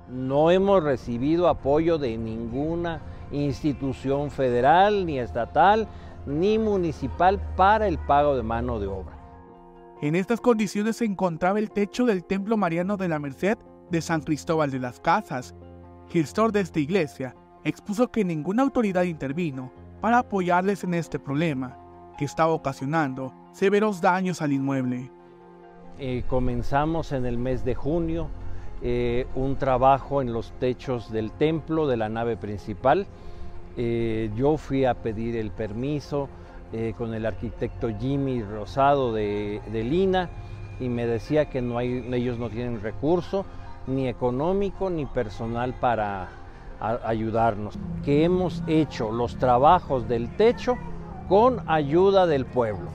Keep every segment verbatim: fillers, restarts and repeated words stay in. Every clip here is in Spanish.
No hemos recibido apoyo de ninguna institución federal, ni estatal, ni municipal para el pago de mano de obra. En estas condiciones se encontraba el techo del Templo Mariano de la Merced de San Cristóbal de las Casas. Gestor de esta iglesia expuso que ninguna autoridad intervino para apoyarles en este problema, que estaba ocasionando severos daños al inmueble. Eh, comenzamos en el mes de junio eh, un trabajo en los techos del templo, de la nave principal. Eh, yo fui a pedir el permiso eh, con el arquitecto Jimmy Rosado de, de Lina, y me decía que no hay, ellos no tienen recurso ni económico ni personal para a, ayudarnos, que hemos hecho los trabajos del techo con ayuda del pueblo.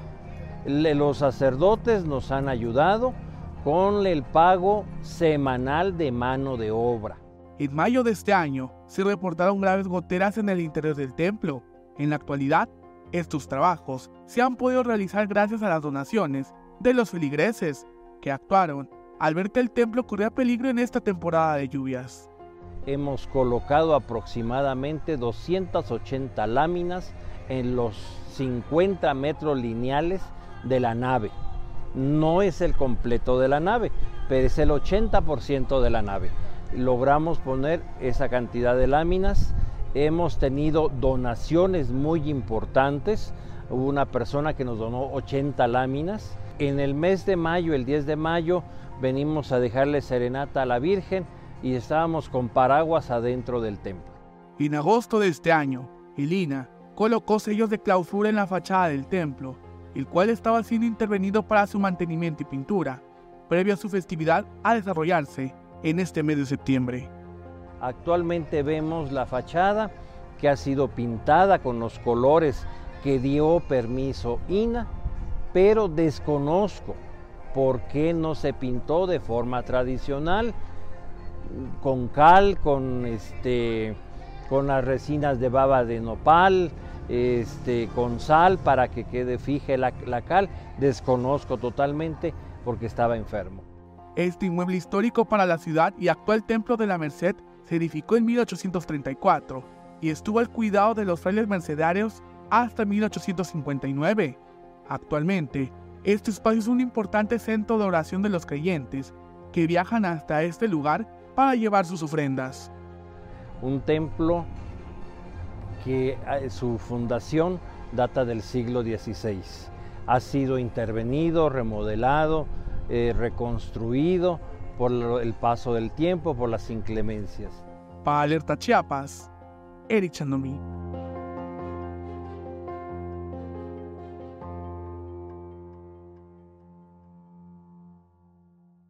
Los sacerdotes nos han ayudado con el pago semanal de mano de obra. En mayo de este año se reportaron graves goteras en el interior del templo. En la actualidad, estos trabajos se han podido realizar gracias a las donaciones de los feligreses, que actuaron al ver que el templo corría peligro en esta temporada de lluvias. Hemos colocado aproximadamente doscientas ochenta láminas en los cincuenta metros lineales de la nave. No es el completo de la nave, pero es el ochenta por ciento de la nave. Logramos poner esa cantidad de láminas. Hemos tenido donaciones muy importantes. Hubo una persona que nos donó ochenta láminas. En el mes de mayo, el diez de mayo, venimos a dejarle serenata a la Virgen y estábamos con paraguas adentro del templo. En agosto de este año, el I N A colocó sellos de clausura en la fachada del templo, el cual estaba siendo intervenido para su mantenimiento y pintura, previo a su festividad a desarrollarse en este mes de septiembre. Actualmente vemos la fachada que ha sido pintada con los colores que dio permiso I N A, pero desconozco por qué no se pintó de forma tradicional, con cal, con, este, con las resinas de baba de nopal, Este, con sal para que quede fija la, la cal. Desconozco totalmente porque estaba enfermo. Este inmueble histórico para la ciudad y actual Templo de la Merced se edificó en mil ochocientos treinta y cuatro y estuvo al cuidado de los frailes mercedarios hasta mil ochocientos cincuenta y nueve. Actualmente, este espacio es un importante centro de oración de los creyentes que viajan hasta este lugar para llevar sus ofrendas. Un templo que su fundación data del siglo dieciséis. Ha sido intervenido, remodelado, eh, reconstruido por el paso del tiempo, por las inclemencias. Para Alerta Chiapas, Eric Chandomí.